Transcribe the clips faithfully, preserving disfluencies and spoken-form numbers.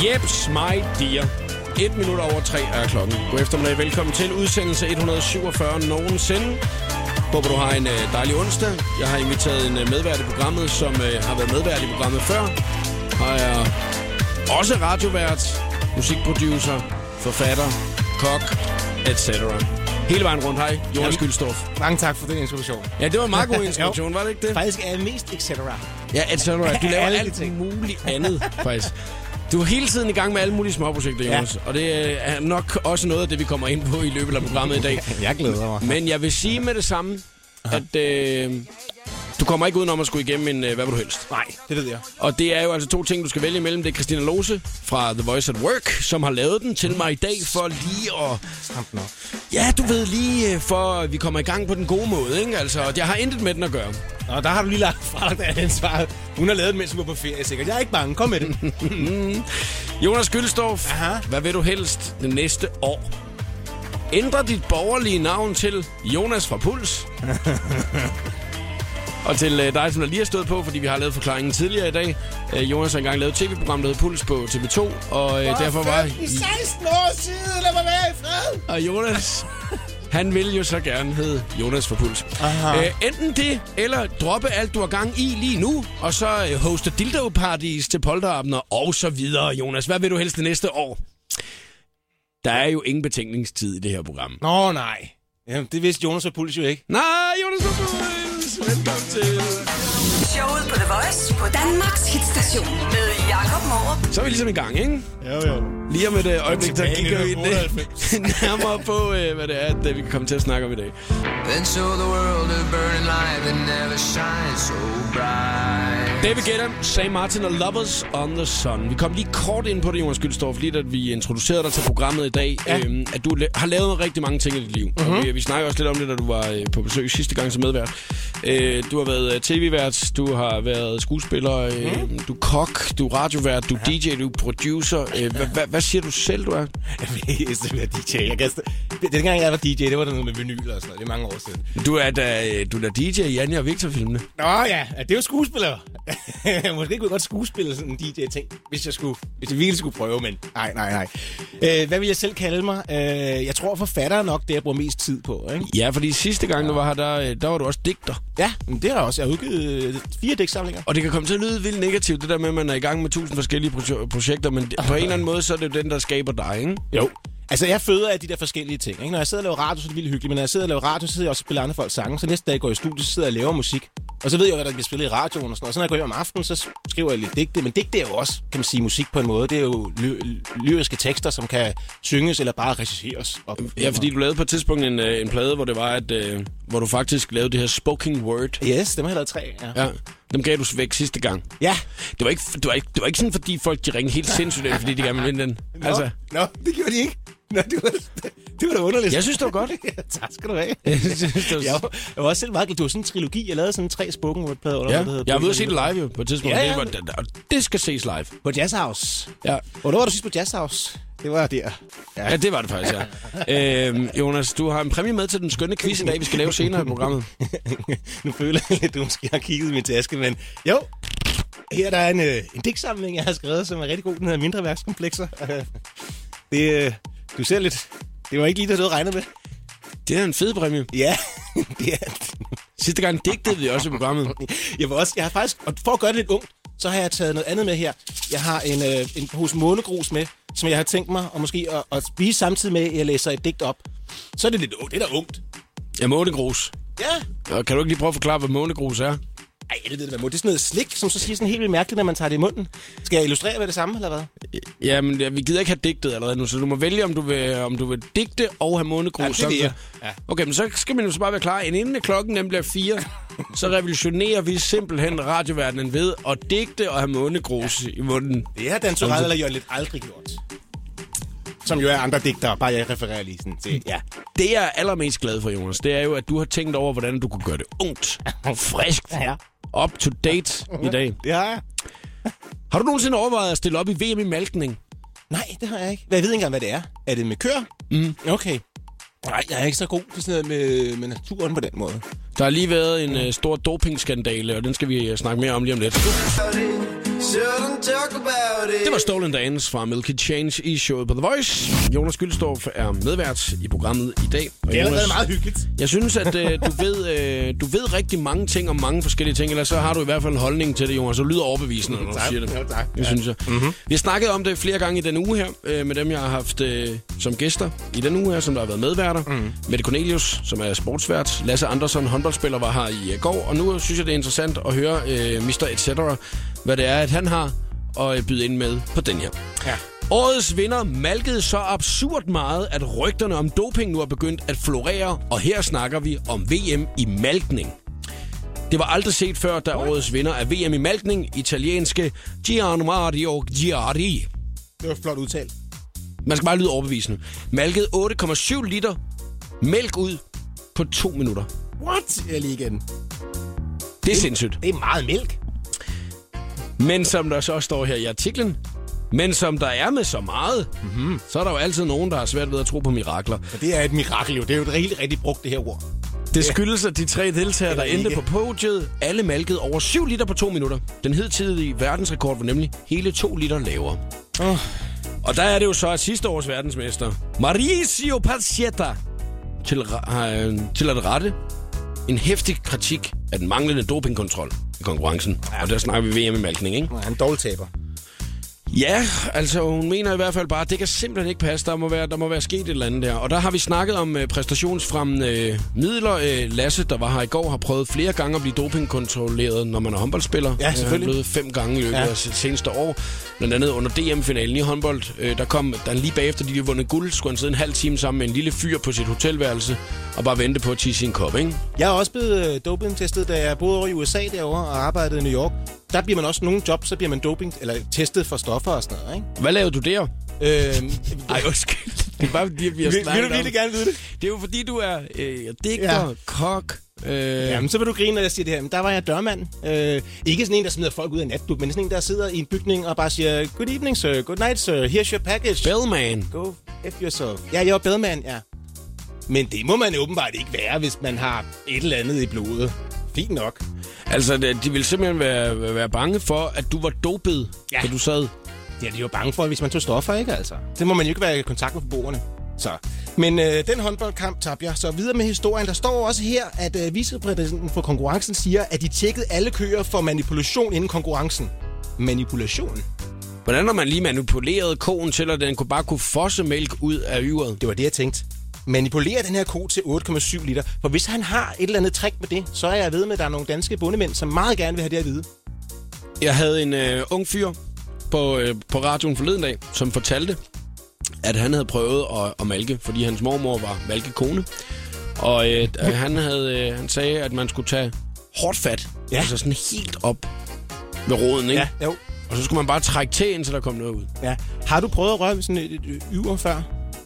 Jeps, my dear. Et minut over tre er klokken. God eftermiddag. Velkommen til udsendelse et hundrede syvogfyrre nogensinde. Håber, du har en øh, dejlig onsdag. Jeg har inviteret en øh, medvært i programmet, som øh, har været medvært i programmet før. Har jeg også radiovært, musikproducer, forfatter, kok, et cetera. Hele vejen rundt. Hej, Jonas Gyldstorff. Mange tak for den introduktion. Ja, det var en meget god introduktion, var det ikke det? Faktisk er jeg mest et cetera. Ja, et cetera. Du laver alt muligt andet, faktisk. Du er hele tiden i gang med alle mulige småprojekter, Jonas. Ja. Og det er nok også noget af det, vi kommer ind på i løbet af programmet i dag. Jeg glæder mig. Men jeg vil sige med det samme, at øh, du kommer ikke udenom at skulle igennem en øh, hvad vil du helst. Nej, det ved jeg. Og det er jo altså to ting, du skal vælge imellem. Det er Christina Lose fra The Voice at Work, som har lavet den til mig i dag for lige at... Stramp den op. Ja, du ved lige, for at vi kommer i gang på den gode måde, ikke? Altså, jeg har intet med den at gøre. Og der har du lige lagt fra dig ansvaret. Hun har lavet den, mens hun var på ferie, sikkert. Jeg er ikke bange. Kom med det. Jonas Gyldstorff, Aha. hvad vil du helst det næste år? Ændre dit borgerlige navn til Jonas fra Puls. Og til øh, dig, som der lige har stået på, fordi vi har lavet forklaringen tidligere i dag. Øh, Jonas har engang lavet et tv-program, der hed Puls på T V to, og øh, derfor var... seksten år siden, lad mig være i fred. Og Jonas, han vil jo så gerne hedde Jonas fra Puls. Øh, enten det, eller droppe alt, du har gang i lige nu, og så øh, hoste dildo-parties til polterabner og så videre. Jonas, hvad vil du helst det næste år? Der er jo ingen betænkningstid i det her program. Nå, nej. Jamen, det vidste Jonas fra Puls jo ikke. Nej, Jonas fra Puls! Velkommen til... Showet på The Voice på Danmarks hitstation med Jakob Morup. Så er vi ligesom i gang, ikke? Jo, jo. Lige om et øh, øjeblik, der kigger vi nærmere på, øh, hvad det er, at, øh, vi kan komme til at snakke om i dag. Then show the world a burning light that never shines so bright. David Guetta, Saint Martin og Lovers on the Sun. Vi kom lige kort ind på det, Jonas Gyldstorff, lige da vi introducerede dig til programmet i dag. Ja. Øhm, at du la- har lavet rigtig mange ting i dit liv. Mm-hmm. Og vi, vi snakker også lidt om det, da du var øh, på besøg sidste gang som medvært. Øh, du har været øh, tv-vært, du har været skuespiller, øh, mm. du er kok, du er radiovært, du er D J, du er producer. Øh, hva, hva, hvad siger du selv, du er? Jeg vil helst være D J. Jeg kan st- Den gang jeg var D J, det var der noget med vinyl og sådan noget. Det er mange år siden. Du er da, du er da D J i Anja og Victor-filmene. Nå ja, det er jo skuespiller. Måske kunne jeg godt skuespille sådan en D J-ting, hvis jeg skulle, hvis jeg virkelig skulle prøve, men nej, nej, nej. Øh, hvad vil jeg selv kalde mig? Øh, jeg tror, forfatter er nok det, jeg bruger mest tid på, ikke? Ja, fordi sidste gang, du var her, der, der var du også digter. Ja, men det er der også. Jeg har udgivet fire digtsamlinger. Og det kan komme til at lyde vildt negativt, det der med, at man er i gang med tusind forskellige pro- projekter, men det, på en eller anden måde, så er det jo den, der skaber dig, ikke? Jo. Altså, jeg føder af de der forskellige ting, ikke? Når jeg sidder og laver radio, så er det vildt hyggeligt, men når jeg sidder og laver radio, så sidder jeg også og spiller andre folks sange. Så næste dag går jeg i studiet, så sidder jeg og laver musik. Og så ved jeg jo, hvad der bliver spillet i radioen og sådan noget. Så når jeg går hjem om aftenen, så skriver jeg lidt digte. Men digte er jo også, kan man sige, musik på en måde. Det er jo ly- lyriske tekster, som kan synges eller bare regisseres. Ja, fordi du lavede på et tidspunkt en, en plade, hvor det var, at, øh, hvor du faktisk lavede det her spoken word. Yes, dem har jeg lavet tre, ja. Ja. Dem gav du væk sidste gang. Ja. Det var ikke, det var ikke, det var ikke sådan, fordi folk de ringede helt sindssygt ind, fordi de gerne ville vinde den. Nå, altså. Nå, det gjorde de ikke. Nå, det var, det var da underligt. Jeg synes, det var godt. Ja, tak skal du have. Jeg, synes, det var... jeg, var, jeg var også selv meget glad. Det var sådan en trilogi. Jeg lavede sådan tre spoken word plader. Ja, hvad jeg har været at se det live jo, på et tidspunkt. Ja, ja. Det, var, og det skal ses live. På Jazz House. Ja. Hvornår var du sidst på Jazz House? Det var der. Ja, ja det var det faktisk, ja. øhm, Jonas, du har en præmie med til den skønne quiz i dag, vi skal lave senere i programmet. Nu føler jeg lidt, at du måske har kigget i min taske, men jo. Her der er en, øh, en digtsamling, jeg har skrevet, som er rigtig god. Den hedder Mindre værkskomplekser. Det, øh, du ser lidt... Det var ikke lige det, du havde regnet med. Det er en fed præmie. Ja, det er... Sidste gang digtede vi også i programmet. Jeg, var også, jeg har faktisk... Og for at gøre det lidt ungt, så har jeg taget noget andet med her. Jeg har en, øh, en pose månegrus med, som jeg har tænkt mig at måske at, at spise samtidig med, at jeg læser et digt op. Så er det lidt ungt. Det er da ungt. Ja, månegrus. Ja. Og kan du ikke lige prøve at forklare, hvad månegrus er? Ej, det ved det, hvad det er sådan noget slik, som så siger sådan helt vildt mærkeligt, når man tager det i munden. Skal jeg illustrere med det samme, eller hvad? Ja, men ja, vi gider ikke have digtet allerede nu, så du må vælge, om du vil, om du vil digte og have månegrus. Ja, det vil jeg. Ja. Okay, men så skal man jo så bare være klar. Inden klokken nemlig er fire, så revolutionerer vi simpelthen radioverdenen ved at digte og have månegrus ja. i munden. Det har Dan Turell eller Jørgen lidt aldrig gjort. Som jo er andre digtere, bare jeg refererer lige sådan til, ja. Det jeg er allermest glad for, Jonas, det er jo, at du har tænkt over, hvordan du kunne gøre det ungt, friskt, ja. up to date i dag. Det har jeg. Har du nogensinde overvejet at stille op i V M i malkning? Nej, det har jeg ikke. Jeg ved ikke engang, hvad det er. Er det med køer? Mm. Okay. Nej, jeg er ikke så god til sådan noget med, med naturen på den måde. Der har lige været en uh, stor dopingskandale, og den skal vi uh, snakke mere om lige om lidt. Shouldn't talk about it. Det var Stolen Dance fra Milky Change i showet på The Voice. Jonas Gyldstorff er medvært i programmet i dag. Og Det er Jonas, allerede meget hyggeligt. jeg synes, at øh, du, ved, øh, du ved rigtig mange ting om mange forskellige ting, eller så har du i hvert fald en holdning til det, Jonas, så lyder overbevisende, når du Tak. siger det. Jo, tak. Det Ja. synes jeg. Mm-hmm. Vi har snakket om det flere gange i denne uge her, øh, med dem, jeg har haft øh, som gæster i denne uge her, som der har været medværter. Mm. Mette Cornelius, som er sportsvært. Lasse Andersson, håndboldspiller, var her i øh, går. Og nu synes jeg, det er interessant at høre øh, mister et cetera, hvad det er, at han har at byde ind med på den her. Ja. Årets vinder malkede så absurd meget, at rygterne om doping nu er begyndt at florere, og her snakker vi om V M i malkning. Det var aldrig set før, da årets vinder af V M i malkning, italienske Gianmario Giardi. Det var flot udtalt. Man skal bare lyde overbevisende. Malkede otte komma syv liter mælk ud på to minutter. What? Jeg lige igen. Det er sindssygt. Det er meget mælk. Men som der så står her i artiklen, men som der er med så meget, mm-hmm. så er der jo altid nogen, der har svært ved at tro på mirakler. Og det er et mirakel jo. Det er jo et rigtig, rigtig brugt, det her ord. Det skyldes, at de tre deltagere, der endte på podiet, alle malkede over syv liter på to minutter. Den hidtidige verdensrekord var nemlig hele to liter lavere. Oh. Og der er det jo så, at sidste års verdensmester, Mauricio Pazietta, til, øh, til at rette en heftig kritik af den manglende dopingkontrol i konkurrencen. Ja. Og der snakker vi V M i malkning, ikke? Nej, han er en dårlig taber. Ja, altså hun mener i hvert fald bare, at det kan simpelthen ikke passe. Der må være, der må være sket et eller andet der. Og der har vi snakket om uh, præstationsfremmende øh, midler. Uh, Lasse, der var her i går, har prøvet flere gange at blive dopingkontrolleret, når man er håndboldspiller. Ja, selvfølgelig. Han er blevet fem gange i løbet Ja. af seneste år. Blandt andet under D M-finalen i håndbold. Uh, der kom der lige bagefter, de havde vundet guld, skulle han sidde en halv time sammen med en lille fyr på sit hotelværelse og bare vente på at tisse sin kop, ikke? Jeg er også blevet øh, dopingtestet, da jeg boede over i U S A derovre og arbejdede i New York. Der bliver man også nogle jobs, så bliver man doping eller testet for stoffer og sådan noget, ikke? Hvad lavede du der? Øhm, Ej, undskyld. Det er bare fordi, vi har vil, snakket vil du virkelig om. gerne vide det? Det er jo fordi, du er øh, digter, Ja. kok. Øh, Jamen, så vil du grine, når jeg siger det her. Men der var jeg dørmand. Øh, ikke sådan en, der smider folk ud af natklub, men sådan en, der sidder i en bygning og bare siger, good evening, sir. Good night, sir. Here's your package. Bellman. Go F yourself. Ja, jeg er bellman, ja. Men det må man åbenbart ikke være, hvis man har et eller andet i blodet. Fint nok. Altså, de ville simpelthen være, være bange for, at du var dopet, Ja. da du sad. Ja, de er jo bange for, hvis man tog stoffer, ikke altså? Det må man jo ikke være i kontakt med forbrugerne. Så. Men øh, den håndboldkamp tabte jeg. Så videre med historien. Der står også her, at øh, vicepræsidenten for konkurrencen siger, at de tjekkede alle køer for manipulation inden konkurrencen. Manipulation? Hvordan har man lige manipuleret koen til, at den kunne bare kunne fosse mælk ud af yveret? Det var det, jeg tænkte. Manipulere den her ko til otte komma syv liter. For hvis han har et eller andet trick med det, så er jeg ved med, at der er nogle danske bondemænd, som meget gerne vil have det at vide. Jeg havde en øh, ung fyr på, øh, på radioen forleden dag, som fortalte, at han havde prøvet at, at malke, fordi hans mormor var malkekone. Og øh, han, havde, øh, han sagde, at man skulle tage hårdt fat, Ja. altså sådan helt op ved roden, ikke? Ja, jo. Og så skulle man bare trække til, indtil der kom noget ud. Ja. Har du prøvet at røre ved sådan et, et yver før?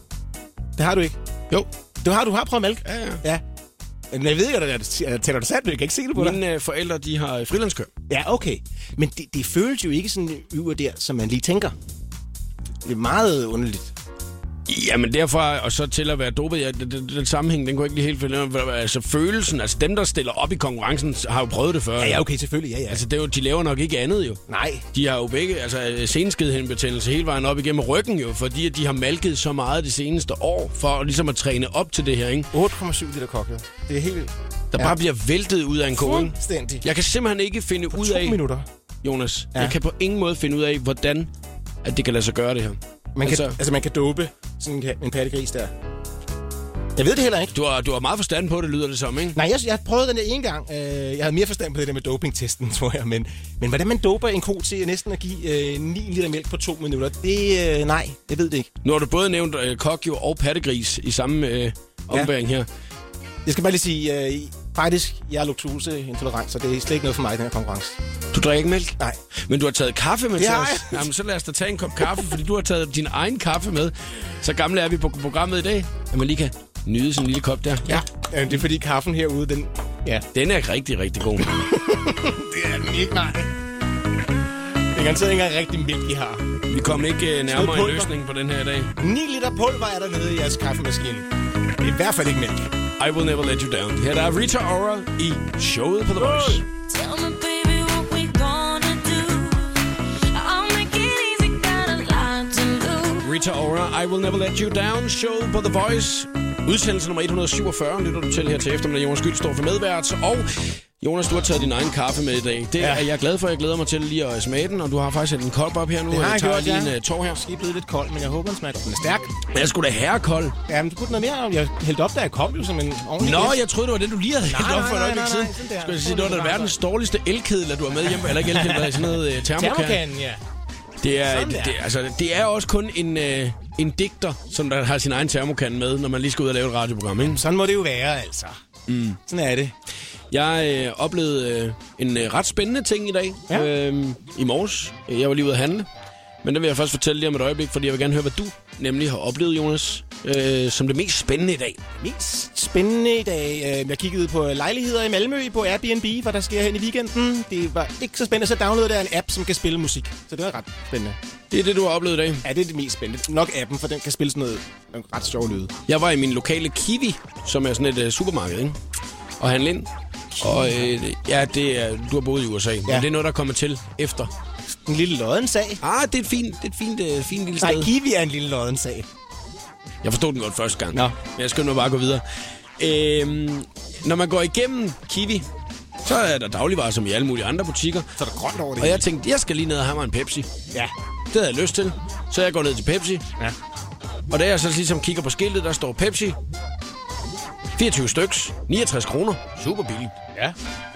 Det har du ikke. Jo. Du har, du har prøvet mælk? Ja, ja. Ja. Men jeg ved ikke, at jeg tæller dig sandt, jeg kan ikke se det på dig. Mine øh, forældre, de har frilandskør. Ja, okay. Men det, det føles jo ikke sådan yver der, som man lige tænker. Det er meget underligt. Jamen derfra, og så til at være dopet, ja, den, den, den sammenhæng, den kunne jeg ikke lige helt finde ud af. Altså følelsen, altså dem, der stiller op i konkurrencen, har jo prøvet det før. Ja, ja, okay, selvfølgelig, ja, ja. Altså det er jo, de laver nok ikke andet jo. Nej. De har jo begge, altså seneskedhindbetændelse hele vejen op igennem ryggen jo, fordi at de har malket så meget det seneste år, for ligesom at træne op til det her, ikke? otte komma syv liter kok, jo. Det er helt... Der Ja. bare bliver væltet ud af en ko, ikke? Fuldstændig. Jeg kan simpelthen ikke finde På ud to af, minutter. Jonas, Ja. jeg kan på ingen måde finde ud af, hvordan at det kan lade sig gøre det her. Man kan, Altså- altså, altså, man kan dope sådan en, en pattegris der. Jeg ved det heller ikke. Du har, du har meget forstand på det, lyder det som, ikke? Nej, jeg, jeg prøvede den der en gang. Øh, jeg havde mere forstand på det der med dopingtesten, tror jeg. Men, men hvordan man doper en ko til næsten at give øh, ni liter mælk på to minutter, det... Øh, nej, jeg ved det ikke. Nu har du både nævnt øh, kok jo og pattegris i samme øh, ombæring her. Jeg skal bare lige sige, øh, faktisk, jeg er laktoseintolerant, så det er slet ikke noget for mig, den her konkurrence. Du drikker ikke mælk? Nej. Men du har taget kaffe med Det til har os. jeg. Jamen, så lad os da tage en kop kaffe, fordi du har taget din egen kaffe med. Så gamle er vi på programmet i dag, at man lige kan nyde sin lille kop der. Ja. Øh, det er fordi kaffen herude, den... Ja. Den er rigtig, rigtig god. Det er den ikke, nej. Det er garanteret ikke engang rigtig mælk, I har. Vi kom ikke uh, nærmere en pulver. løsning på den her i dag. ni liter pulver er der nede i jeres kaffemaskine. Det er i hvert fald ikke mælk. I will never let you down. Her der er Rita Ora i showet på The Voice. Tell me, baby, what we gonna do. Rita Ora, I Will Never Let You Down, show på The Voice. Udsendelse nummer et hundrede syvogfyrre lytter du til her til eftermiddag. Jonas Gyldstorff medvært, og Jonas, du har taget din egen kaffe med i dag. Det ja. er jeg glad for. Jeg glæder mig til lige at smage den, og du har faktisk en kolb op her nu. Det har jeg, jeg tager gjort, lige ja. en uh, tår her. Det er blevet lidt kold, men jeg håber, den smager. Den er stærk. Men jeg skulle da herrekold. Ja, men du putte noget mere. Jeg hældte op, da jeg kom jo som en ordentlig Nå, gæst. jeg troede, det var det, du lige havde hældt op for et øjeblik siden. Skulle jeg sige, det var den verdens dårligste elkedel, du har med hjemme. Eller ikke elkedel, men sådan noget uh, termokan. Termokan, ja. Det er, det, det, altså, det er også kun en, øh, en digter, som der har sin egen termokan med, når man lige skal ud og lave et radioprogram, ikke? Sådan må det jo være, altså. Mm. Sådan er det. Jeg øh, oplevede øh, en øh, ret spændende ting i dag, ja. øh, i morges. Jeg var lige ude at handle, men det vil jeg først fortælle lige om et øjeblik, fordi jeg vil gerne høre, hvad du nemlig har oplevet, Jonas, øh, som det mest spændende i dag. Mest spændende i dag? Jeg kiggede på lejligheder i Malmø på Airbnb, hvad der sker hen i weekenden. Det var ikke så spændende, så downloadede jeg en app, som kan spille musik. Så det var ret spændende. Det er det, du har oplevet i dag? Ja, det er det mest spændende. Nok appen, for den kan spille sådan noget ret sjov lyde. Jeg var i min lokale Kiwi, som er sådan et uh, supermarked, ikke? Og handle ind. Og øh, ja, det er, du har boet i U S A, ja. Men det er noget, der kommer til efter. En lille loddensag? Ah, det er et fint, det er et fint, uh, fint lille sted. Nej, Kiwi er en lille loddensag. Jeg forstod den godt første gang. Nå. Men jeg skal nu bare gå videre. Øhm, når man går igennem Kiwi, så er der dagligvarer som i alle mulige andre butikker. Så er der grønt over det. Og jeg tænkte, jeg skal lige ned og have mig en Pepsi. Ja. Det havde jeg lyst til. Så jeg går ned til Pepsi. Ja. Og da jeg så ligesom kigger på skiltet, der står Pepsi. fireogtyve styks. niogtres kroner. Super billigt. Ja.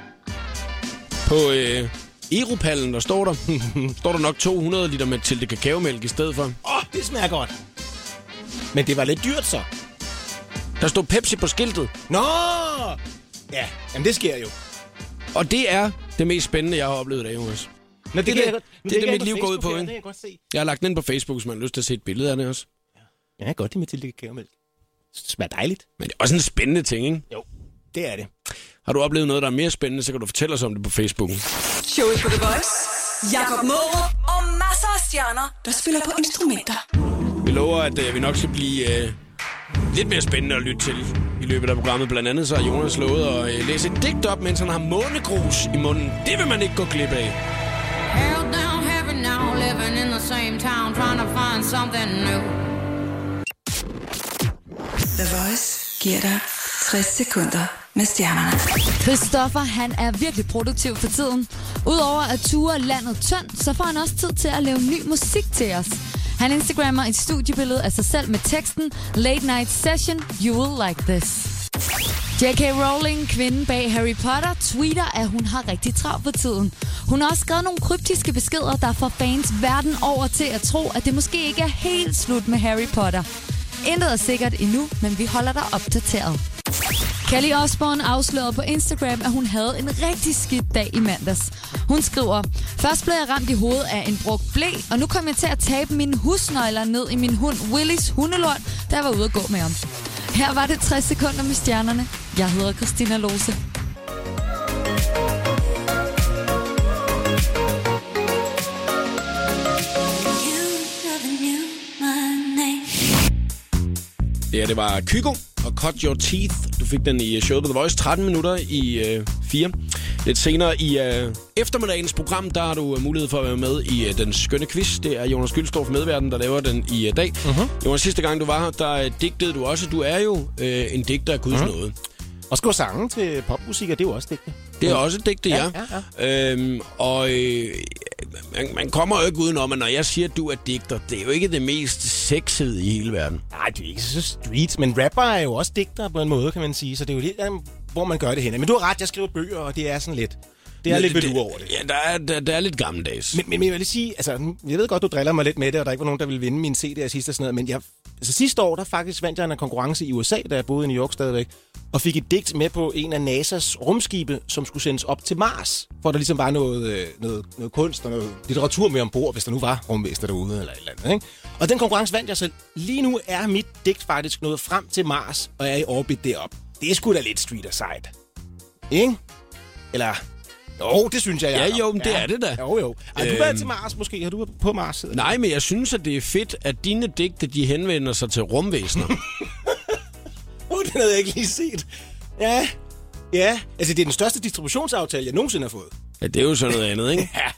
På øh, Europallen, der står der, står der nok to hundrede liter med til det kakaomælk i stedet for. Åh, oh, det smager godt. Men det var lidt dyrt så. Der stod Pepsi på skiltet. Nå! Ja, jamen det sker jo. Og det er det mest spændende, jeg har oplevet i dag, Jonas. Nå, det, det, det, det, det, det, det er det, mit på liv går ud på, her, ikke? Det kan jeg godt se. Jeg har lagt den ind på Facebook, hvis man har lyst til at se et billede af det også. Ja, ja godt det med til det kakaomælk. Det smager dejligt. Men det er også en spændende ting, ikke? Jo, det er det. Har du oplevet noget, der er mere spændende, så kan du fortælle os om det på Facebook. Showet på The Voice. Jakob Mårup og masser af stjerner, der spiller på instrumenter. Vi lover, at øh, vi nok skal blive øh, lidt mere spændende at lytte til i løbet af programmet. Blandt andet så har Jonas lovet at øh, læse et digt op, mens han har månegrus i munden. Det vil man ikke gå glip af. Held down heaven now, living in the same town, trying to find something new. The Voice giver dig tres sekunder med stjernerne. Christoffer, han er virkelig produktiv for tiden. Udover at ture landet tyndt, så får han også tid til at lave ny musik til os. Han instagrammer et studiebillede af sig selv med teksten Late Night Session, You Will Like This. J K Rowling, kvinden bag Harry Potter, tweeter, at hun har rigtig travlt for tiden. Hun har også skrevet nogle kryptiske beskeder, der får fans verden over til at tro, at det måske ikke er helt slut med Harry Potter. Intet er sikkert endnu, men vi holder dig opdateret. Kelly Osbourne afslørede på Instagram, at hun havde en rigtig skidt dag i mandags. Hun skriver, først blev jeg ramt i hovedet af en brugt ble, og nu kom jeg til at tabe mine husnøgler ned i min hund Willys hundelort, da jeg var ude at gå med ham. Her var det tres sekunder med stjernerne. Jeg hedder Christina Lose. Ja, det var Kygo og Cut Your Teeth. Du fik den i showet på The Voice, tretten minutter i øh, fire. Lidt senere i øh, eftermiddagens program, der har du øh, mulighed for at være med i øh, den skønne quiz. Det er Jonas Gyldstorff, medverden, der laver den i øh, dag. Uh-huh. Jonas, sidste gang du var her, der øh, digtede du også. Du er jo øh, en digter af Guds uh-huh. nåde. Og skrive sange til popmusik, og det er jo også digte. Det er også digte, ja. ja, ja, ja. Øhm, og øh, man, man kommer jo ikke udenom, at når jeg siger, at du er digter, det er jo ikke det mest sexede i hele verden. Nej, det er ikke så street, men rapper er jo også digter på en måde, kan man sige. Så det er jo lidt, hvor man gør det henne. Men du har ret, jeg skriver bøger, og det er sådan lidt... Det er Men, lidt det, velur over det. Ja, der er, der, der er lidt gammeldags. Men, men, men jeg vil lige sige, altså, jeg ved godt, du driller mig lidt med det, og der ikke var nogen, der ville vinde min C D'er sidste og sådan noget, men jeg, altså, sidste år, der faktisk vandt jeg en konkurrence i U S A, da jeg boede i New York stadigvæk, og fik et digt med på en af NASA's rumskibe, som skulle sendes op til Mars, hvor der ligesom var noget, noget, noget kunst og noget litteratur med ombord, hvis der nu var rumvæsener derude eller et eller andet, ikke? Og den konkurrence vandt jeg selv. Lige nu er mit digt faktisk nået frem til Mars, og jeg er i orbit derop. Det er sgu da lidt street aside. Ikke? Eller... Jo, det synes jeg, jeg Ja, jo, men det ja. er det da. Jo, jo. Har du øhm... været til Mars måske? Har du været på Mars? Nej, men jeg synes, at det er fedt, at dine digte, de henvender sig til rumvæsener. uh, den havde jeg ikke lige set. Ja, ja. Altså, det er den største distributionsaftale, jeg nogensinde har fået. Ja, det er jo sådan noget andet, ikke? Ja.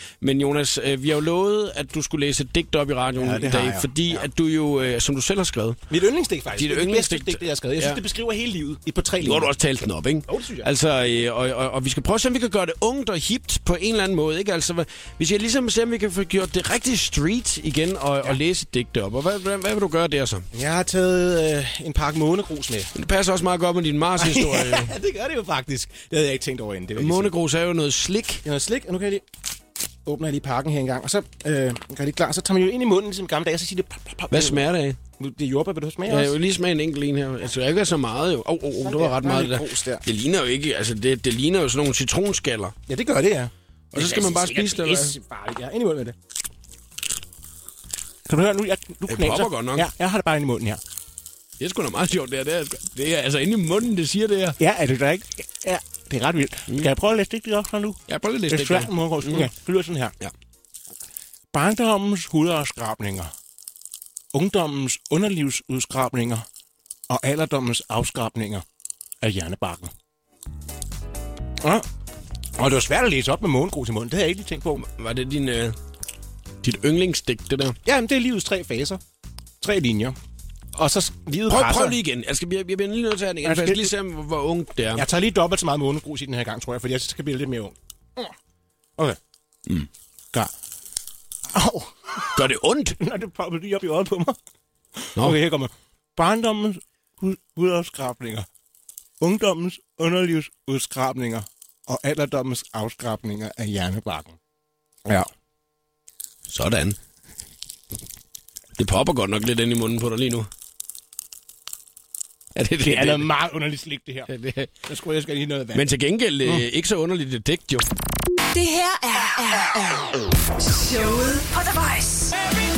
Men Jonas, øh, vi har jo lovet, at du skulle læse et digt op i radioen Ja, i det har dag, jeg. fordi Ja. at du jo, øh, som du selv har skrevet, Mit yndlingsdigt faktisk. Dit Det er det yndlingsdigt. bedste digt, jeg har skrevet. Jeg synes, Ja. det beskriver hele livet i på tre nu linjer. har du også talt den op, ikke? Jo, det synes jeg. Altså, øh, og, og, og vi skal prøve at se, om vi kan gøre det ungt og hipt på en eller anden måde, ikke? Altså, hvad- vi skal ligesom se, om vi kan få gjort det rigtig street igen og, ja. og læse et digt op. Og hvad, hvad, hvad vil du gøre der så? Jeg har taget øh, en pakke månegrus med. Det passer også meget godt med din Mars-historie. Ja, det gør det jo faktisk. Det havde jeg ikke tænkt over inden. Det vil jeg lige sige. Månegrus er jo noget slik. Det er noget slik, og nu kan jeg lige... åbner jeg lige pakken her engang, og så øh, gør jeg det klar. Så tager man jo ind i munden, ligesom gamle dage, og så siger det... Pop, pop, pop. Hvad smager det af? Nu, det er jordbær, vil du smage Ja, jeg også? vil lige smage en enkelt en her. Altså, jeg ikke så meget jo. Åh, oh, oh, det var ret der er meget lidt det grus der. der. Det ligner jo ikke, altså det, det ligner jo sådan nogle citronskaller. Ja, det gør det, ja. Og så skal man bare spise det, eller hvad? Farligt. Ja, ind i munden med det. Kan du høre, nu, jeg, nu Det knaser. popper godt nok. Ja, jeg har det bare ind i munden her. Det er sgu da meget sjovt, det her. Det er, det er altså inde i munden, det siger det her. Ja, er det da ikke? Ja, det er ret vildt. Mm. Skal jeg prøve at læse det op her nu? Ja, prøv lige at Det læse er det. svært der. med månegrus. Okay, det lyder sådan her. Ja. Barndommens hudafskrabninger, ungdommens underlivsudskrabninger og alderdommens afskrabninger af hjernebarken. Ja. Og det var svært at læse op med månegrus i munden. Det havde jeg ikke lige tænkt på. Var det din, øh, dit yndlingsdigt, det der? Jamen, det er livets tre faser. Tre linjer. Og så livet Prøv, presser. prøv lige igen. Jeg, skal, jeg, jeg bliver lige nødt til at have den igen, Jeg for jeg skal- skal lige se, hvor- hvor ungt det er. Jeg tager lige dobbelt så meget månegrus i den her gang, tror jeg, fordi jeg skal blive lidt mere ung. Okay. Mm. Klar. Au. Gør det ondt? Nå, det popper lige op i øjet på mig. Nå. Okay, her kommer. Barndommens hud- hudafskrabninger, ungdommens underlivsudskrabninger og alderdommens afskrabninger af hjernebarken. Ja. Sådan. Det popper godt nok lidt ind i munden på dig lige nu. Ja, det, det, Det er noget meget underligt slik, det her. det, det. Jeg tror, jeg skal lige noget vand. Men til gengæld øh, ikke så underligt et digt, jo. Det her er, er, er showet på The Voice.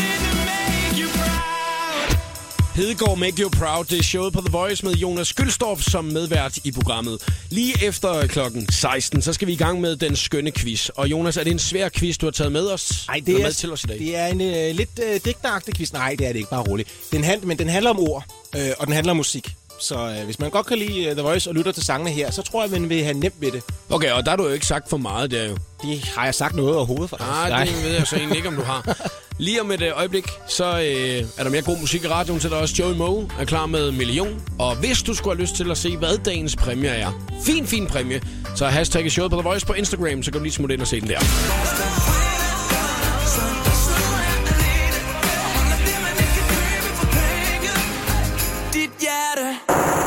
Hedegaard Make You Proud, det er showet på The Voice med Jonas Gyldstorff som medvært i programmet. Lige efter klokken seksten, så skal vi i gang med den skønne quiz. Og Jonas, er det en svær quiz, du har taget med os? Nej, det Eller er, med til os i dag? det er en øh, lidt øh, digtagtig quiz. Nej, det er det ikke, bare roligt. Den hand, men den handler om ord, øh, og den handler om musik. Så øh, hvis man godt kan lide uh, The Voice og lytter til sangene her, så tror jeg, man vil have nemt ved det. Okay, og der har du jo ikke sagt for meget der jo. Det har jeg sagt noget overhovedet for. Nej, det ved jeg så egentlig ikke, om du har. Lige om et øh, øjeblik, så øh, er der mere god musik i radioen til dig også. Joey Moe er klar med Million. Og hvis du skulle have lyst til at se, hvad dagens præmie er, fin, fin præmie, så er hashtagget showet på The Voice på Instagram, så kan du lige smutte ind og se den der. Dit hjerte.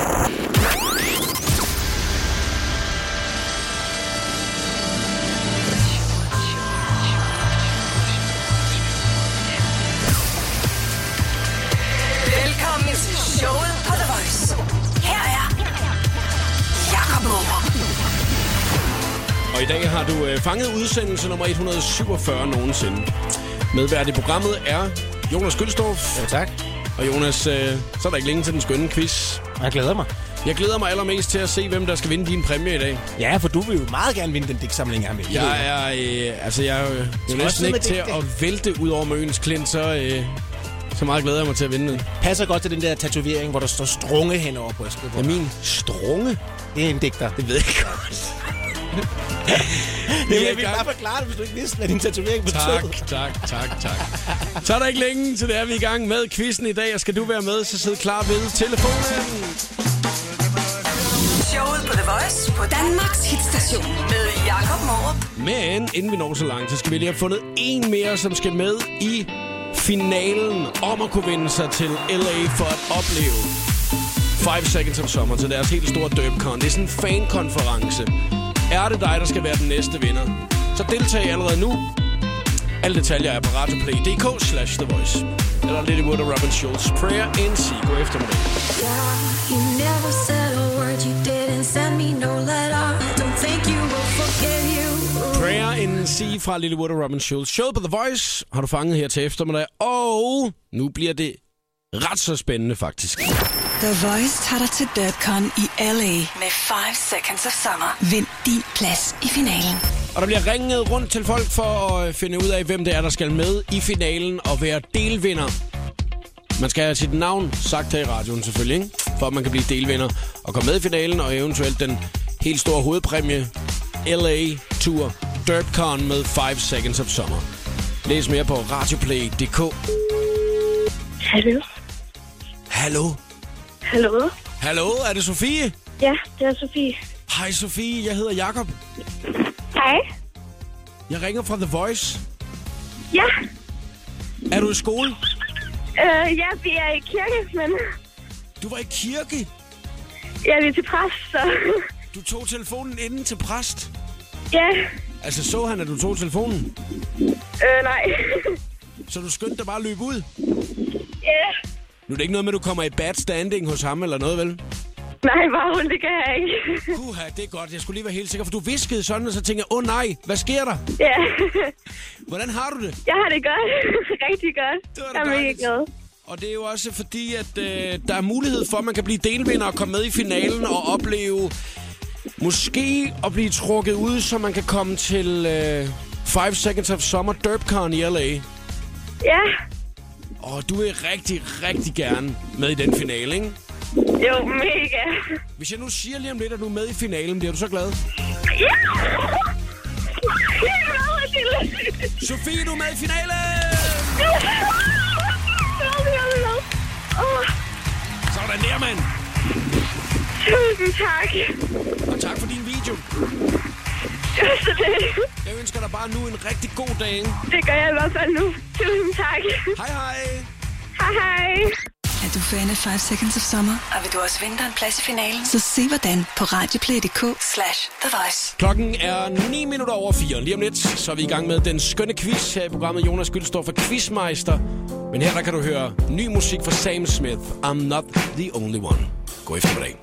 Velkommen til showet på The Voice. Her er Jakob Morup. Og i dag har du øh, fanget udsendelse nummer et hundrede syvogfyrre nogensinde. Medvært i programmet er Jonas Gyldstorff. Ja, tak. Og Jonas, øh, så er der ikke længe til den skønne quiz. Jeg glæder mig. Jeg glæder mig allermest til at se, hvem der skal vinde din præmie i dag. Ja, for du vil jo meget gerne vinde den digtsamling, jeg har med. Det ved Jeg er, øh, altså jeg er jo også næsten med ikke til digte. at vælte ud over Møns Klint, så, øh, så meget glæder jeg mig til at vinde den. Passer godt til den der tatovering, hvor der står strunge hen over brystet. Er min strunge? Det er en digter. Det ved jeg godt. Det er i vil vi gang. bare forklare det, hvis du ikke vidste, hvad din tatovering betød. Tak, tak, tak, tak. Så er der ikke længe til det er vi er i gang med quizzen i dag, og skal du være med, så sid klar ved telefonen. Showet på The Voice på Danmarks hitstation med Jakob Morup. Men inden vi når så langt, så skal vi lige have fundet en mere, som skal med i finalen om at kunne vinde sig til L A for at opleve Five Seconds of Summer til deres helt store Derpcon. Det er sådan en fankonference. Er det dig, der skal være den næste vinder? Så deltag allerede nu. Alle detaljer er på radioplay punktum d k slash The Voice. Eller Lily Wood og Robin Schulz. Prayer in C. God eftermiddag. You never said a word, you didn't send me no letter. Don't think you will forgive you. Prayer in C fra Lily Wood og Robin Schulz. Showet på The Voice har du fanget her til eftermiddag. Og nu bliver det ret så spændende faktisk. The Voice tager dig til Derpcon i L A med Five Seconds of Summer. Vind din plads i finalen. Og der bliver ringet rundt til folk for at finde ud af, hvem det er, der skal med i finalen og være delvinder. Man skal have sit navn sagt her i radioen selvfølgelig, ikke? For at man kan blive delvinder og komme med i finalen og eventuelt den helt store hovedpræmie L A-tur Derpcon med five seconds of Summer. Læs mere på radioplay punktum d k. Hallo? Hallo? Hallo? Hallo, er det Sofie? Ja, det er Sofie. Hej Sofie, jeg hedder Jakob. Hej. Jeg ringer fra The Voice. Ja. Er du i skole? Øh, ja, vi er i kirke, men... Du var i kirke? Ja, vi er til præst, så... Du tog telefonen inden til præst? Ja. Altså, så han, at du tog telefonen? Øh, nej. Så du skyndte dig bare at løbe ud? Ja. Nu er det ikke noget med, at du kommer i bad standing hos ham eller noget, vel? Nej, bare hun, det kan jeg ikke. Puha, det er godt. Jeg skulle lige være helt sikker, for du viskede sådan, og så tænkte jeg, åh oh, nej, hvad sker der? Ja. Hvordan har du det? Jeg har det godt. Rigtig godt. Det var jeg er mega glad. Og det er jo også fordi, at øh, der er mulighed for, at man kan blive delvinder og komme med i finalen og opleve... Måske at blive trukket ud, så man kan komme til øh, five seconds of Summer Derpcon i L A. Ja. Og du vil rigtig, rigtig gerne med i den finale, ikke? Jo, mega. Hvis jeg nu siger lige om lidt, at du er med i finalen, bliver du så glad? Ja! Jeg er glad. Sofie, du er med i finalen! Sådan der, mand! Tusind tak. Og tak for din video. Så det. Jeg ønsker dig bare nu en rigtig god dag. Det gør jeg i hvert fald nu. Tusind tak. Hej hej. Hej hej. Er du fan af five seconds of Summer? Og vil du også vinde en plads i finalen? Så se hvordan på radioplay punktum d k slash the voice. Klokken er ni minutter over fire. Lige om lidt, så er vi i gang med den skønne quiz her i programmet. Jonas Gyldstorff for Quizmeister. Men her der kan du høre ny musik fra Sam Smith. I'm not the only one. God eftermiddag.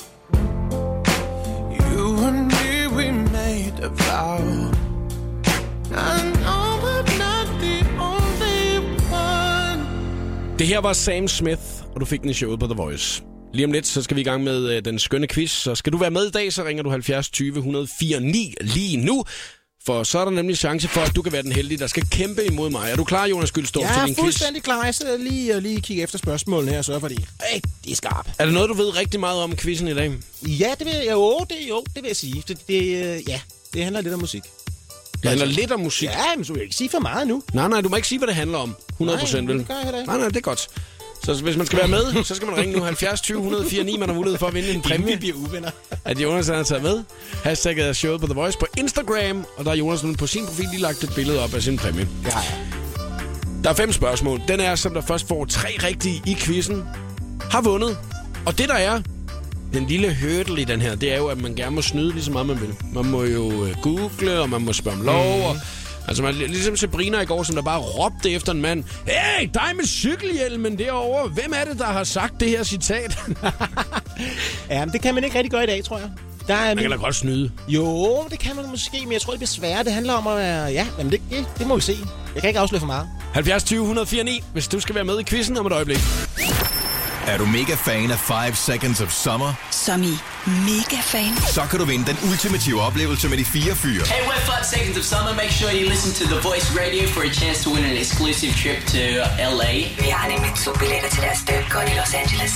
You and me, we made a vow. I know I'm not the only one. Det her var Sam Smith, og du fik den i showet på The Voice. Lige om lidt, så skal vi i gang med øh, den skønne quiz. Så skal du være med i dag, så ringer du halvfjerds tyve et nul fire ni lige nu. For så er der nemlig chance for, at du kan være den heldige, der skal kæmpe imod mig. Er du klar, Jonas Gyldstorff, til din quiz? Jeg er fuldstændig klar. Jeg sidder lige og lige kigger efter spørgsmålene her, og sørger for, de er rigtig skarpe. Er det noget, du ved rigtig meget om quizzen i dag? Ja, det vil jeg, jo, det, jo, det vil jeg sige. Det, det, ja, det handler lidt om musik. Det handler lidt om musik? Ja, men så vil jeg ikke sige for meget nu. Nej, nej, du må ikke sige, hvad det handler om. hundrede procent, nej, vel? det gør jeg heller ikke. Nej, nej, det er godt. Så hvis man skal være med, så skal man ringe nu halvfjerds tyve et nul fire ni. Man har mulighed for at vinde en præmie. Vi bliver uvenner. At Jonas har taget med. Hashtagget er showet på The Voice på Instagram. Og der er Jonas nu på sin profil lige lagt et billede op af sin præmie. Det har jeg. Der er fem spørgsmål. Den er, som der først får tre rigtige i quizzen, har vundet. Og det der er, den lille hurdle i den her, det er jo, at man gerne må snyde lige så meget, man vil. Man må jo google, og man må spørge om lov, mm. og altså, man, ligesom Sabrina i går, som der bare råbte efter en mand. Hey, dig med cykelhjelmen derovre. Hvem er det, der har sagt det her citat? Ja, men det kan man ikke rigtig gøre i dag, tror jeg. Der er man min... kan da godt snyde. Jo, det kan man måske, men jeg tror, det bliver sværere. Det handler om at være... Ja, jamen det, det, det må vi se. Jeg kan ikke afsløre for meget. halvfjerds tyve et nul fire ni, hvis du skal være med i quizzen om et øjeblik. Er du mega fan af five seconds of Summer? Som i mega fan. Så kan du vinde den ultimative oplevelse med de fire fyre. Hey, we're five seconds of Summer. Make sure you listen to The Voice Radio for a chance to win an exclusive trip to L A. Vi har nemlig to billetter til deres Derpcon i Los Angeles.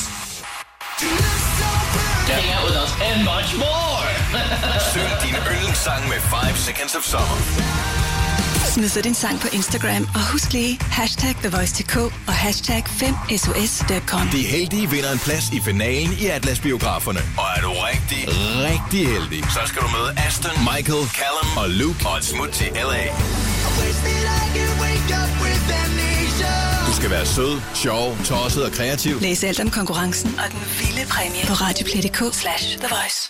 Hang out with us and much more. Syng din yndlingssang med five seconds of Summer. Smid så din sang på Instagram, og husk lige hashtag The Voice punktum d k og hashtag fem S O S Derpcon. De heldige vinder en plads i finalen i Atlas-biograferne. Og er du rigtig, rigtig heldig, så skal du møde Aston, Michael, Callum og Luke og et smut til L A. Du skal være sød, sjov, tosset og kreativ. Læs alt om konkurrencen og den vilde præmie på radioplay punktum d k slash the voice.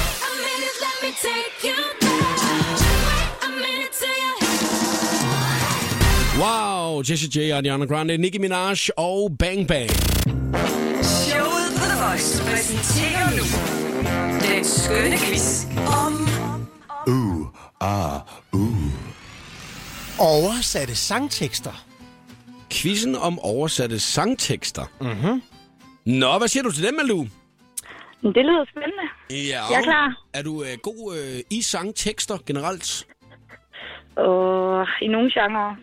Wow, Jessie J, Ariana Grande, Nicki Minaj og Bang Bang. Showet på The Voice præsenterer nu den skønne quiz om... Uh, ah, uh. Oversatte sangtekster. Quizzen om oversatte sangtekster. Mhm. Nå, hvad siger du til dem, Malou? Det lyder spændende. Ja. Jeg er klar. Er du øh, god øh, i sangtekster generelt? Og i nogle genrer.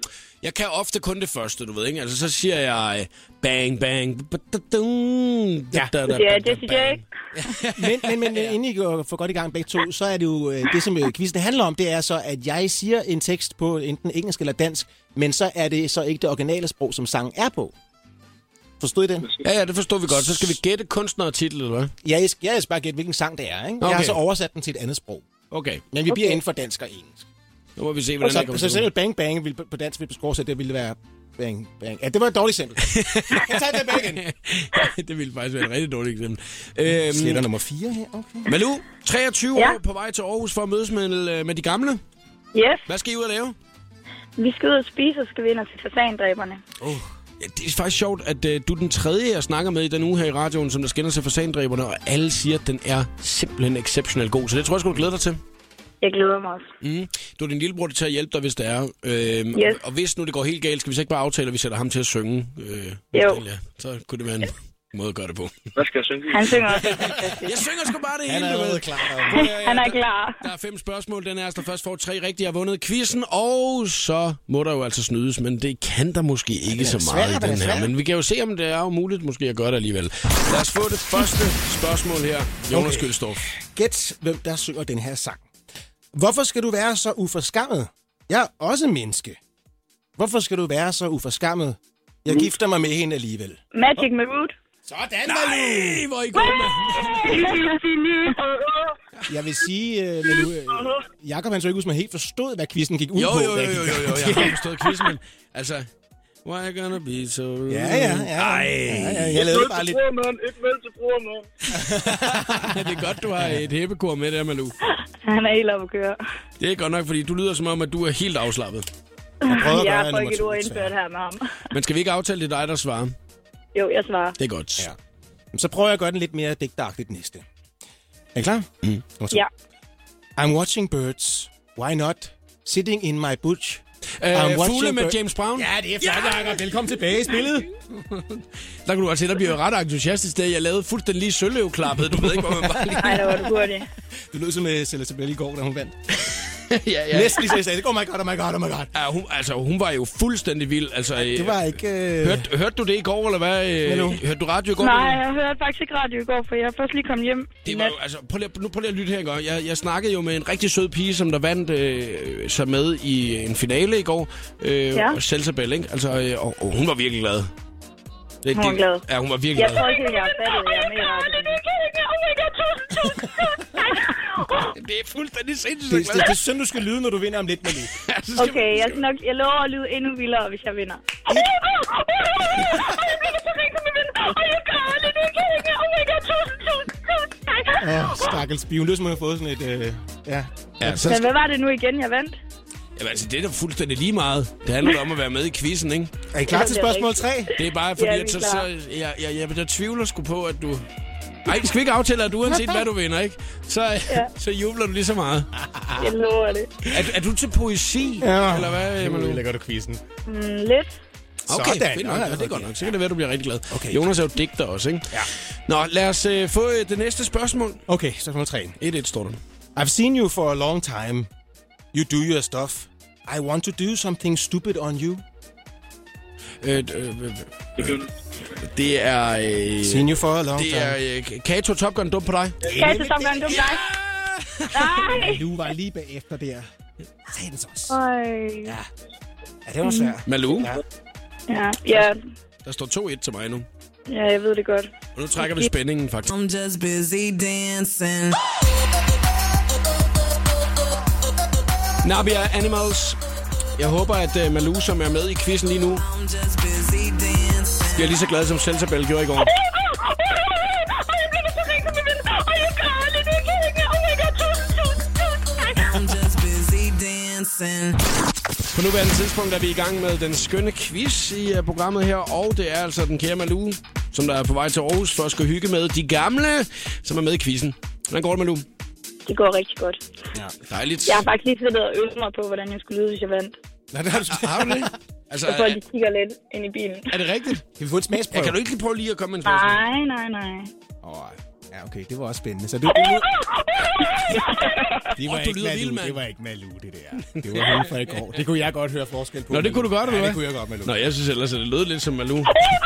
Jeg kan ofte kun det første, du ved, ikke? Altså, så siger jeg øh, bang, bang. Ja, det er Jessie J. men, men, men inden I går for godt i gang begge to, så er det jo øh, det, som quizzen handler om, det er så, at jeg siger en tekst på enten engelsk eller dansk, men så er det så ikke det originale sprog, som sangen er på. Forstod I det? Ja, ja, det forstår vi godt. Så skal vi gætte kunstner og titel, eller hvad? Ja, jeg skal, jeg skal bare gætte, hvilken sang det er, ikke? Okay. Jeg har så oversat den til et andet sprog. Okay. Men vi bliver Okay. inden for dansk og engelsk. Nu må vi se, hvordan så, det kommer så til. selv bang bang vil, på dansk vil beskrive sig, det ville være bang bang. Ja, det var et dårligt eksempel. Jeg kan tage det bag igen. Det ville faktisk være et rigtig dårligt eksempel. Øhm, Sletter nummer fire her, okay. Malu, treogtyve Ja. år på vej til Aarhus for at mødes med, med de gamle. Yes, Hvad skal I ud og lave? vi skal ud og spise, og skal vi ind og til fasandræberne. Ja, det er faktisk sjovt, at uh, du er den tredje, jeg snakker med i den uge her i radioen, som der skinner sig fasandræberne, og alle siger, at den er simpelthen exceptionelt god. Så det tror jeg, skal du glæde dig til. Jeg glæder mig også. Mm. Du er din lillebror til at hjælpe dig, hvis det er. Øhm, Yes. Og hvis nu det går helt galt, skal vi så ikke bare aftale, at vi sætter ham til at synge? Øh, Jo. Ja, så kunne det være en måde at gøre det på. Hvad skal jeg synge? Han synger også. Jeg synger sgu bare det Han hele, er du ved. allerede klar. Han er klar. Der er fem spørgsmål. Den er, der først får tre rigtige, har vundet quizzen, og så må der jo altså snydes, men det kan der måske ikke er så svært, meget den i er den her. svært. Men vi kan jo se, om det er jo muligt måske at gøre det alligevel. Lad os få det første spørgsmål her. Jonas Okay. Gølstorff. Gæt, hvem der synger den her sang. Hvorfor skal du være så uforskammet? Jeg er også menneske. Hvorfor skal du være så uforskammet? Jeg gifter mig med hende alligevel. Magic med Root. Sådan, Nej, hvor er I gode, mand. Jeg vil sige, uh, Malu, uh, Jakob han så ikke ud, som han helt forstod, hvad quizzen gik ud Jo, på. jo, jo, da jo, jeg jo, gik i jo, gang. jeg har forstået quizzen, men altså... Why gonna be so... Ja, ja, ja. Ej. ja, ja. Jeg lavede bare lidt... Brormand, et mælk til brormand. Det er godt, du har et hæppekor med der, Malu. Han er helt oppe at køre. Det er godt nok, fordi du lyder som om, at du er helt afslappet. Jeg prøvede at Jeg gøre får nummer ikke et to, ord desværre. indført her med ham. Men skal vi ikke aftale, det er dig, der svarer? Jo, jeg svarer. Det er godt. Ja. Så prøver jeg at gøre den lidt mere digtagtigt næste. Er I klar? Mm. Nummer to. Ja. I'm watching birds. Why not? Sitting in my bush. Øh, watching Fugle med bird- James Brown. Ja, det er flot, Jacob. Velkommen tilbage i spillet. Der kan du godt se, der bliver ret entusiastisk, da jeg lavede fuldstændig lige søløvklappet. Du ved ikke, hvor man bare lige... Nej, der var du hurtig. Det lød som med Celeste Bell i går, da hun vandt. ja, ja. Næsten lige så jeg sagde, oh my god, oh my god, oh my god. Ja, hun, altså, hun var jo fuldstændig vild. Altså, Det var ikke... Øh... Hørte, hørte du det i går, eller hvad? Hvad nu? Hørte du radio i går? Nej, jeg hørte faktisk ikke radio i går, for jeg er først lige kommet hjem. Det var jo, altså, prøv lige, nu prøv lige at lytte her, ikke? Jeg, jeg snakkede jo med en rigtig sød pige, som der vandt øh, sig med i en finale i går. Øh, Ja. Og Celeste Bell, ikke? Altså, øh, og, og hun var virkelig glad. Det, Hun var det- glad. Ja, hun var virkelig Jeg glad. tror ikke, jeg har fattet, at jeg er med i radioen. Det er fuldstændig sindssygt. Det, det, det er sådan, du skal lyde, når du vinder om lidt, Malu. Okay, jeg, skal nok, jeg lover at lyde endnu vildere, hvis jeg vinder. Åh, oh, stakkels bi. Hun lyder, som hun har fået sådan et... Øh... Ja. Ja, så Men skal, hvad var det nu igen, jeg vandt? jamen, altså, det er da fuldstændig lige meget. Det handler om at være med i quizzen, ikke? Er I klar til spørgsmål tre? Det er bare fordi, Ja, vi er at så, klar. så jeg, jeg, jeg, jeg tvivler sgu på, at du... Ej, skal vi ikke aftale, at du uanset hvad du vinder, ikke? Så, ja. så jubler du lige så meget. Jeg lover det. Er, er du til poesi? Ja. Eller hvad? Det Malu? er lækkert, du quizzen. Mm, lidt. Okay, Sådan. fint nok. Ja, Ja, det er godt nok. Så kan det være, du bliver rigtig glad. Okay. Jonas er jo digter også, ikke? Ja. Nå, lad os øh, få øh, det næste spørgsmål. Okay, spørgsmål tre. et et står der. I've seen you for a long time. You do your stuff. I want to do something stupid on you. Øh, øh, øh, det er... Øh, Seen you for a long det time. er øh, Kato Top Gun dum på dig. Kasse som gang, du dig. Nej. Du var lige bagefter der. Satans også. Øj. Ja. Ja, det var svært. Malou, Ja. Ja, ja, der står to et til mig nu. ja, jeg ved det godt. Og nu trækker vi spændingen, faktisk. I'm just busy dancing. Nabia Animals. Jeg håber, at uh, Malou, som er med i quizzen lige nu, I'm just busy dancing. bliver lige så glad, som Celeste Bell gjorde i går. I'm just busy dancing. På nuværende tidspunkt er vi i gang med den skønne quiz i uh, programmet her, og det er altså den kære Malou, som der er på vej til Aarhus for at skal hygge med de gamle, som er med i quizzen. Hvordan går det, Malou? Det går rigtig godt. Ja. Dejligt. Jeg har faktisk lige siddet og øvet mig på, hvordan jeg skulle lyde, hvis jeg vandt. Nej, det har du Har du det? Altså, Så folk er, de kigger lidt ind i bilen. er det rigtigt? Kan vi få en Ja, smagsprøve? kan du ikke lige prøve lige at komme med en spørgsmål? Nej, nej, nej. Åh, Ja, okay, det var også spændende. Så du... du det, var oh, du ikke lyder Malou, vild, mand. det var ikke Malou, det der. Det var hende fra i går. Det kunne jeg godt høre forskel på. Nå, det kunne du godt, eller ja, hvad? det kunne jeg godt, Malou. Nå, jeg synes ellers, at det lød lidt som Malou.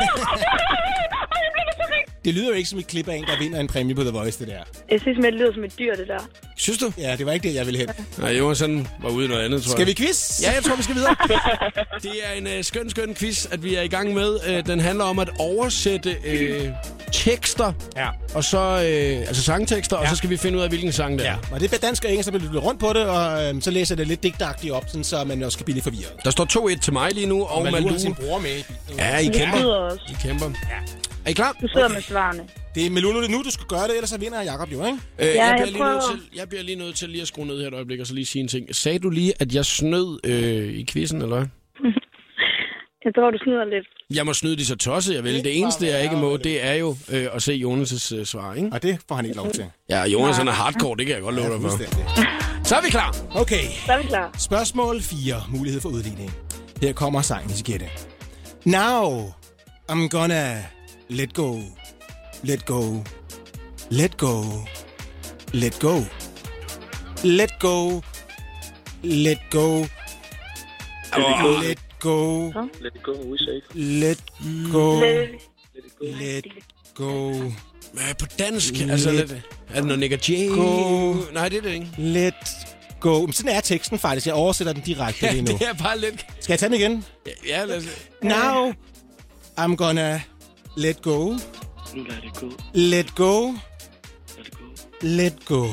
Det lyder jo ikke som et klip af en, der vinder en præmie på The Voice, det der. Jeg synes, det lyder som et dyr, det der. Synes du? Ja, det var ikke det, jeg ville hen. Nej, Jonas var ude i noget andet, tror jeg. Skal vi quiz? Ja, jeg tror, vi skal videre. Det er en uh, skøn, skøn quiz, at vi er i gang med. Uh, den handler om at oversætte uh, tekster, ja. og så, uh, altså sangtekster, ja. og så skal vi finde ud af, hvilken sang det er. Ja, og det er dansk og engelsk, så bliver du rundt på det, og øh, så læser jeg det lidt digtagtigt op, sådan, så man også kan blive lidt forvirret. Der står to et til mig lige nu, og, og Malou har sin bror med. Ja, I kæmper. I kæmper. Ja. Er I klar? Du sidder okay. med svarene. Det er Malou, nu, nu du skal gøre det, ellers så vinder Jacob jo, ikke? Øh, ja, jeg, bliver lige nødt til, jeg bliver lige nødt til lige at skrue ned her et øjeblik, og så lige sige en ting. Sagde du lige, at jeg snød øh, i quizzen, eller hvad? Jeg tror, du snyder lidt. Jeg må snyde de så tosset, jeg vil. Det, det eneste, jeg ikke må, det er jo øh, at se Jonas' øh, svar, ikke? Og det får han ikke lov til. Ja, Jonas han er hardcore, det kan jeg godt love dig for. Så er vi klar. Okay. Så er vi klar. Spørgsmål fire. Mulighed for udligning. Her kommer sangen, I skal gætte. Now, I'm gonna let go. Let go. Let go. Let go. Let go. Let go. Oh. Let go. Let it go, we say. Let go. Let go. Hvad på dansk? Altså, lidt, er det noget Nick J? Go. Nej, det er det ikke. Let go. Men sådan er teksten faktisk. Jeg oversætter den direkte ja, lige nu. det er bare lidt... Skal jeg tage den igen? Ja, ja lad os... Now, I'm gonna let go. Let it go. Let go. Let it go.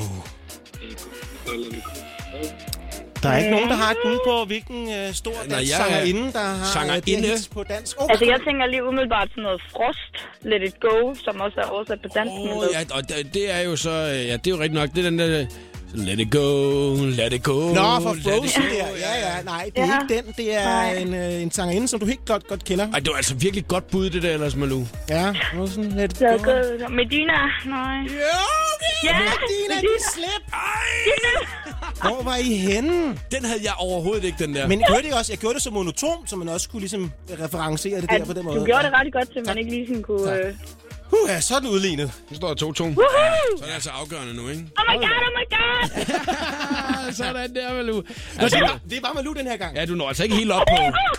Let go. Der er ikke nogen, der har et bud på, hvilken øh, stor dansk Nej, jeg sangerinde, der har sangerinde. hits på dansk. Okay. Altså, jeg tænker lige umiddelbart sådan noget Frost, Let It Go, som også er oversat på dansk. Oh, ja, og det er jo så... Ja, det er jo rigtigt nok. Det er den der... Let it go, let it go. Nå, for Frozen der. Ja, ja, nej, det er ja. ikke den. Det er en, øh, en sangerinde, som du helt godt, godt kender. Ej, det var altså virkelig godt bud, det der ellers, Malou. Ja, Frozen, let it go. go. Medina, nej. Jo, okay. Ja, Medina, Medina. De slip. Ej. Hvor var I henne? Den havde jeg overhovedet ikke, den der. Men gjorde det også, jeg gjorde det så monoton, så man også kunne ligesom referencere det der på den måde. Du gjorde det ret godt, så man ikke lige sådan kunne... Øh... Uh, ja, så er den udlignet. Nu står der to to. Så er det altså afgørende nu, ikke? Oh my god, oh my god! Sådan der, Malou. Altså, det, var, det var Malou den her gang. Ja, du når altså ikke helt op på...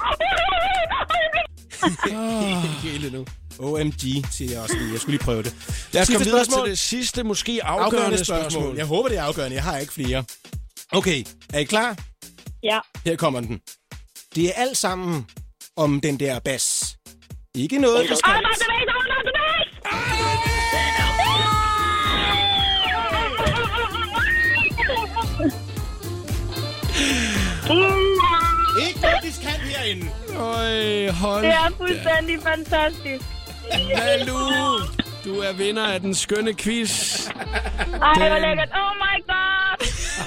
Ikke nu. O M G, siger jeg også lige. Jeg skulle lige prøve det. Lad os komme videre til det sidste, måske afgørende, afgørende spørgsmål. spørgsmål. Jeg håber, det er afgørende. Jeg har ikke flere. Okay, er I klar? Ja. Her kommer den. Det er alt sammen om den der bas. Ikke noget, der skal... Ikke noget, de skal herinde. Øj, hold det er fuldstændig da. Fantastisk. Malou, du er vinder af den skønne quiz. Ej, den... hvor lækkert. Oh my god.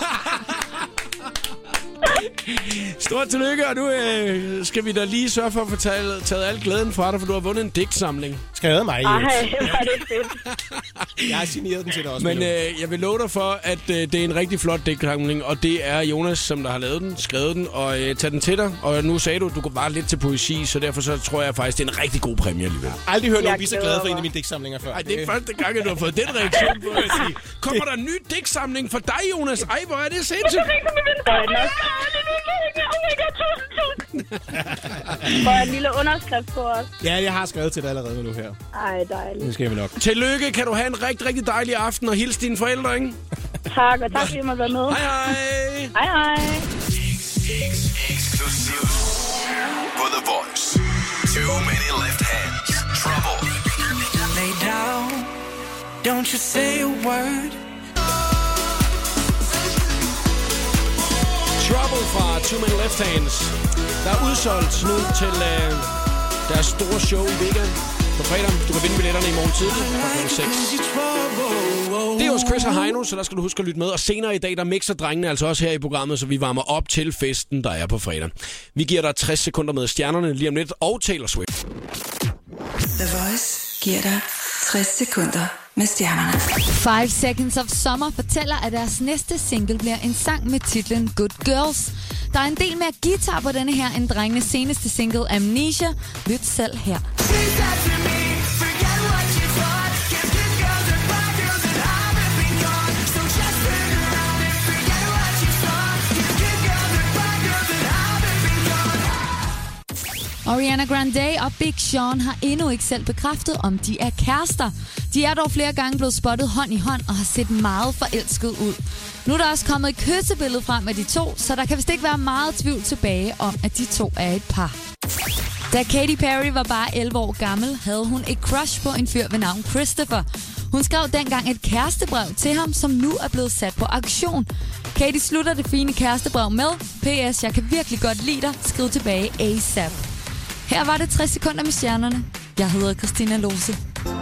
Stort tillykke, og nu øh, skal vi da lige sørge for at få taget, taget al glæden fra dig, for du har vundet en digtsamling. Skrevet mig, Ej, var det fedt. Jeg har signeret den til dig også. Men øh, jeg vil love dig for, at øh, det er en rigtig flot digtsamling, og det er Jonas, som der har lavet den, skrevet den, og øh, taget den til dig. Og nu sagde du, at du var lidt til poesi, så derfor så tror jeg faktisk, det er en rigtig god præmie alligevel. Jeg har aldrig hørt nogen blive så glade for en af mine digtsamlinger før. Ej, det er første gang, at du har fået den reaktion på at sige. Kommer der en ny digtsamling for dig, Jonas? Ej, hvor er det sindssygt. For en lille underskrift på os. Ja, jeg har skrevet til dig allerede nu her. Ej, dejligt. Det skal vi nok. Tillykke, kan du have en rigtig, rigtig dejlig aften, og hilse dine forældre, ikke? Tak, og tak fordi jeg måtte være med. Hej, hej. Hej, hej. Exclusive for The Voice. Too many left hands. Trouble. Lay down. Don't you say a word. Trouble fra Too Many Left Hands. Der er udsolgt nu til øh, deres store show i Vega på fredag. Du kan vinde billetterne i morgen tidlig fra klokken seks. Det er hos Chris og Heino, så der skal du huske at lytte med. Og senere i dag, der mixer drengene altså også her i programmet, så vi varmer op til festen, der er på fredag. Vi giver dig tres sekunder med stjernerne lige om lidt, og Taylor Swift. The Voice giver dig tres sekunder med stjernerne. Five Seconds of Summer fortæller, at deres næste single bliver en sang med titlen Good Girls. Der er en del mere guitar på denne her end drengenes seneste single Amnesia. Lyt selv her. Ariana Grande og Big Sean har endnu ikke selv bekræftet, om de er kærester. De er dog flere gange blevet spottet hånd i hånd og har set meget forelsket ud. Nu er der også kommet et kyssebillede frem af de to, så der kan vist ikke være meget tvivl tilbage om, at de to er et par. Da Katy Perry var bare elleve år gammel, havde hun et crush på en fyr ved navn Christopher. Hun skrev dengang et kærestebrev til ham, som nu er blevet sat på auktion. Katy slutter det fine kærestebrev med: P S. Jeg kan virkelig godt lide dig. Skriv tilbage A S A P. Her var det tres sekunder med stjernerne. Jeg hedder Christina Lose.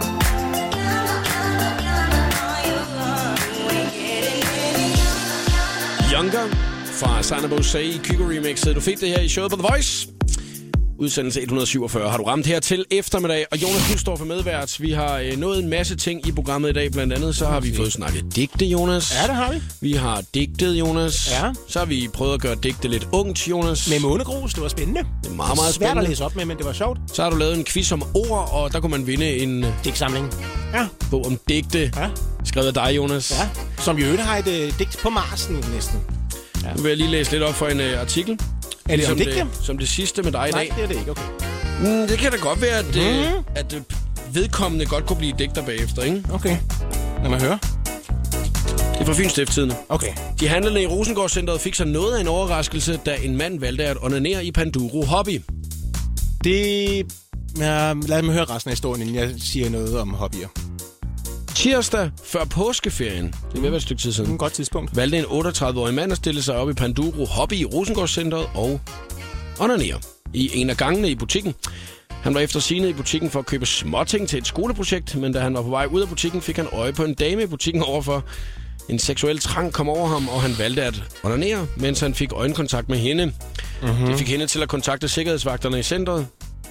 Younger fra Sanabo Say i Kygo Remixet. Du fik det her i showet på The Voice. Udsendelse et hundrede syvogfyrre har du ramt her til eftermiddag. Og Jonas, du står for medvært. Vi har øh, nået en masse ting i programmet i dag. Blandt andet så har vi fået snakket digte, Jonas. Ja, det har vi. Vi har digtet, Jonas. Ja. Så har vi prøvet at gøre digte lidt ungt, Jonas. Med månegrus, det var spændende. Det er meget, meget svært spændende. at læse op med, men det var sjovt. Så har du lavet en quiz om ord, og der kunne man vinde en digtsamling. Ja. Bog om digte. Ja. Skrevet af dig, Jonas. Ja. Som jo har et øh, digt på Marsen næsten. Ja. Nu vil jeg lige læse lidt op for en uh, artikel. Er det som om digte? det, som det sidste med dig i dag. Nej, det er det ikke, okay. Mm, det kan da godt være, at, Mm-hmm. øh, at øh, vedkommende godt kunne blive digter bagefter, ikke? Okay. Lad mig høre. Det er fra Fyns Stiftstidende. Okay. De handlende i Rosengårdscenteret fik sig noget af en overraskelse, da en mand valgte at onanere i Panduro Hobby. Det... Ja, lad mig høre resten af historien, inden jeg siger noget om hobbyer. Tirsdag før påskeferien, det er ved at være et stykke tid siden, et godt tidspunkt, valgte en otteogtredive-årig mand at stille sig op i Panduro Hobby i Rosengårdscenteret og onanere i en af gangene i butikken. Han var efter sigende i butikken for at købe småting til et skoleprojekt, men da han var på vej ud af butikken, fik han øje på en dame i butikken overfor. En seksuel trang kom over ham, og han valgte at onanere, mens han fik øjenkontakt med hende. Mm-hmm. Det fik hende til at kontakte sikkerhedsvagterne i centret.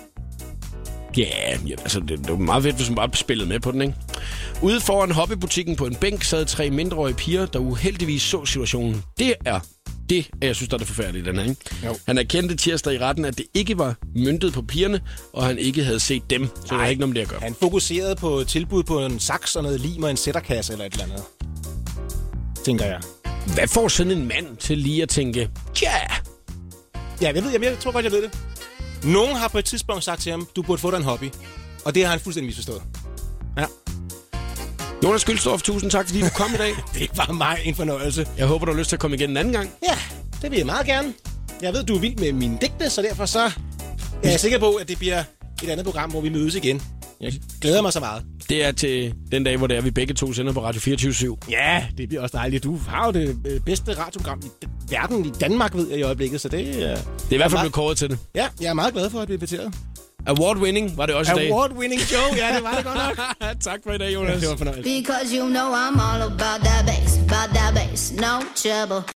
Ja, yeah, altså det, det var meget fedt, hvis man bare spillede med på den, ikke? Ude foran hobbybutikken på en bænk sad tre mindreårige piger, der uheldigvis så situationen. Det er det, jeg synes, der er det forfærdeligt, den her, ikke? Jo. Han erkendte tirsdag i retten, at det ikke var møntet på pigerne, og han ikke havde set dem. Så der er ikke noget med det at gøre. Han fokuserede på tilbud på en saks og noget lim og en sætterkasse eller et eller andet. Tænker jeg. Hvad får sådan en mand til lige at tænke, ja? Ja, jeg ved, jeg, jeg tror godt, jeg ved det. Nogen har på et tidspunkt sagt til ham, du burde få dig en hobby. Og det har han fuldstændig misforstået. Ja. Jonas Gyldstorff, tusind tak, fordi du kom i dag. Det var mig en fornøjelse. Jeg håber, du har lyst til at komme igen en anden gang. Ja, det vil jeg meget gerne. Jeg ved, du er vild med mine digte, så derfor så er jeg sikker på, at det bliver et andet program, hvor vi mødes igen. Jeg glæder mig så meget. Det er til den dag, hvor det er, vi begge to sender på Radio fireogtyve syv. Ja, det bliver også dejligt. Du har jo det bedste radioprogram i verden, i Danmark, ved jeg i øjeblikket, så det, uh, det er i hvert fald blevet kåret til det. Ja, jeg er meget glad for at blive inviteret. Award-winning var det også i dag. Award-winning show, ja, det var det godt nok. Tak for i dag, Jonas. Ja, det var fornøjelse. Because you know I'm all about that bass, about that bass, no trouble.